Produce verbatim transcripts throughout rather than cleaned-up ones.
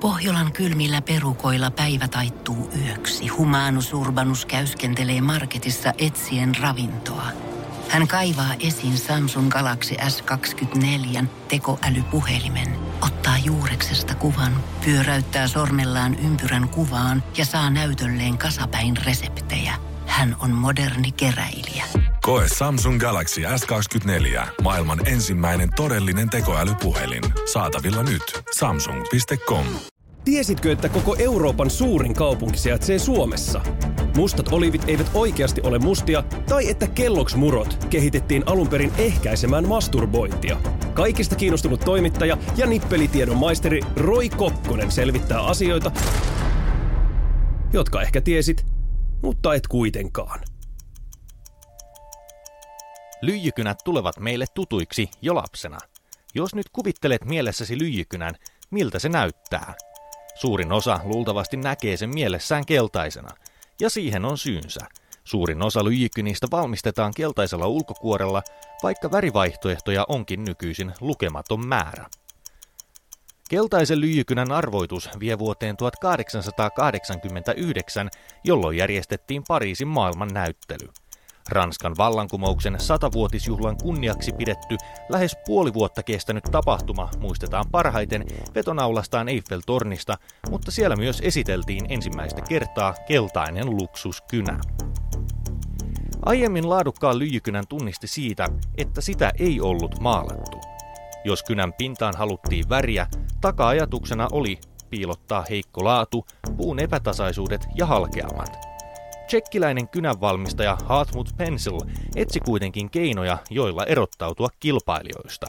Pohjolan kylmillä perukoilla päivä taittuu yöksi. Humanus Urbanus käyskentelee marketissa etsien ravintoa. Hän kaivaa esiin Samsung Galaxy S kaksikymmentäneljä tekoälypuhelimen, ottaa juureksesta kuvan, pyöräyttää sormellaan ympyrän kuvaan ja saa näytölleen kasapäin reseptejä. Hän on moderni keräilijä. Koe Samsung Galaxy S kaksikymmentäneljä, maailman ensimmäinen todellinen tekoälypuhelin. Saatavilla nyt. samsung piste com. Tiesitkö, että koko Euroopan suurin kaupunki sijaitsee Suomessa? Mustat olivit eivät oikeasti ole mustia, tai että Kellogg's Murot kehitettiin alun perin ehkäisemään masturbointia. Kaikista kiinnostunut toimittaja ja nippelitiedon maisteri Roy Kokkonen selvittää asioita, jotka ehkä tiesit, mutta et kuitenkaan. Lyijykynät tulevat meille tutuiksi jo lapsena. Jos nyt kuvittelet mielessäsi lyijykynän, miltä se näyttää? Suurin osa luultavasti näkee sen mielessään keltaisena, ja siihen on syynsä. Suurin osa lyijykynistä valmistetaan keltaisella ulkokuorella, vaikka värivaihtoehtoja onkin nykyisin lukematon määrä. Keltaisen lyijykynän arvoitus vie vuoteen tuhatkahdeksansataakahdeksankymmentäyhdeksän, jolloin järjestettiin Pariisin maailmannäyttely. Ranskan vallankumouksen satavuotisjuhlan kunniaksi pidetty, lähes puoli vuotta kestänyt tapahtuma muistetaan parhaiten vetonaulastaan Eiffel-tornista, mutta siellä myös esiteltiin ensimmäistä kertaa keltainen luksuskynä. Aiemmin laadukkaan lyijykynän tunnisti siitä, että sitä ei ollut maalattu. Jos kynän pintaan haluttiin väriä, taka-ajatuksena oli piilottaa heikko laatu, puun epätasaisuudet ja halkeamat. Tsekkiläinen kynänvalmistaja Hartmut Pencil etsi kuitenkin keinoja, joilla erottautua kilpailijoista.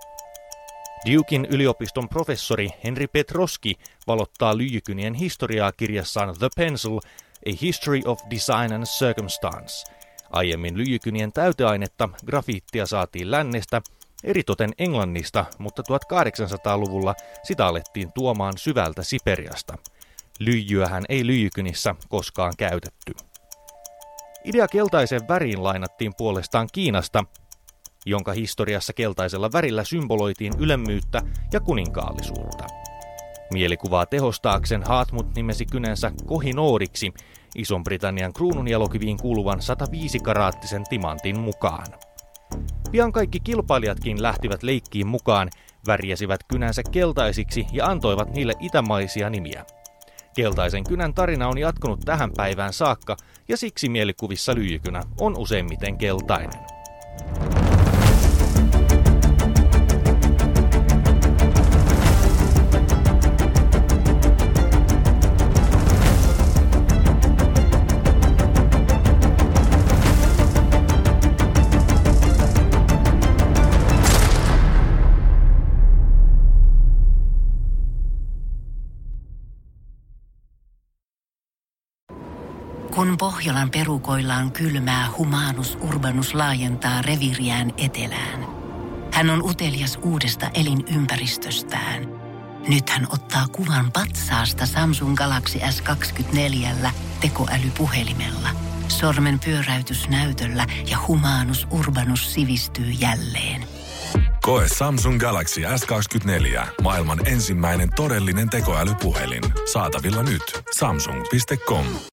Duken yliopiston professori Henri Petroski valottaa lyijykynien historiaa kirjassaan The Pencil, A History of Design and Circumstance. Aiemmin lyijykynien täyteainetta, grafiittia, saatiin lännestä, eritoten Englannista, mutta tuhatkahdeksansataaluvulla sitä alettiin tuomaan syvältä Siperiasta. Lyijyähän ei lyijykynissä koskaan käytetty. Idea keltaisen väriin lainattiin puolestaan Kiinasta, jonka historiassa keltaisella värillä symboloitiin ylemmyyttä ja kuninkaallisuutta. Mielikuvaa tehostaakseen Hartmut nimesi kynänsä Kohinooriksi, Ison-Britannian kruununjalokiviin kuuluvan sataviisi-karaattisen timantin mukaan. Pian kaikki kilpailijatkin lähtivät leikkiin mukaan, värjäsivät kynänsä keltaisiksi ja antoivat niille itämaisia nimiä. Keltaisen kynän tarina on jatkunut tähän päivään saakka, ja siksi mielikuvissa lyijykynä on useimmiten keltainen. Kun Pohjolan perukoillaan kylmää, Humanus Urbanus laajentaa reviiriään etelään. Hän on utelias uudesta elinympäristöstään. Nyt hän ottaa kuvan patsaasta Samsung Galaxy S kaksikymmentäneljä tekoälypuhelimella. Sormen pyöräytys näytöllä ja Humanus Urbanus sivistyy jälleen. Koe Samsung Galaxy S kaksikymmentäneljä, maailman ensimmäinen todellinen tekoälypuhelin. Saatavilla nyt. samsung piste com.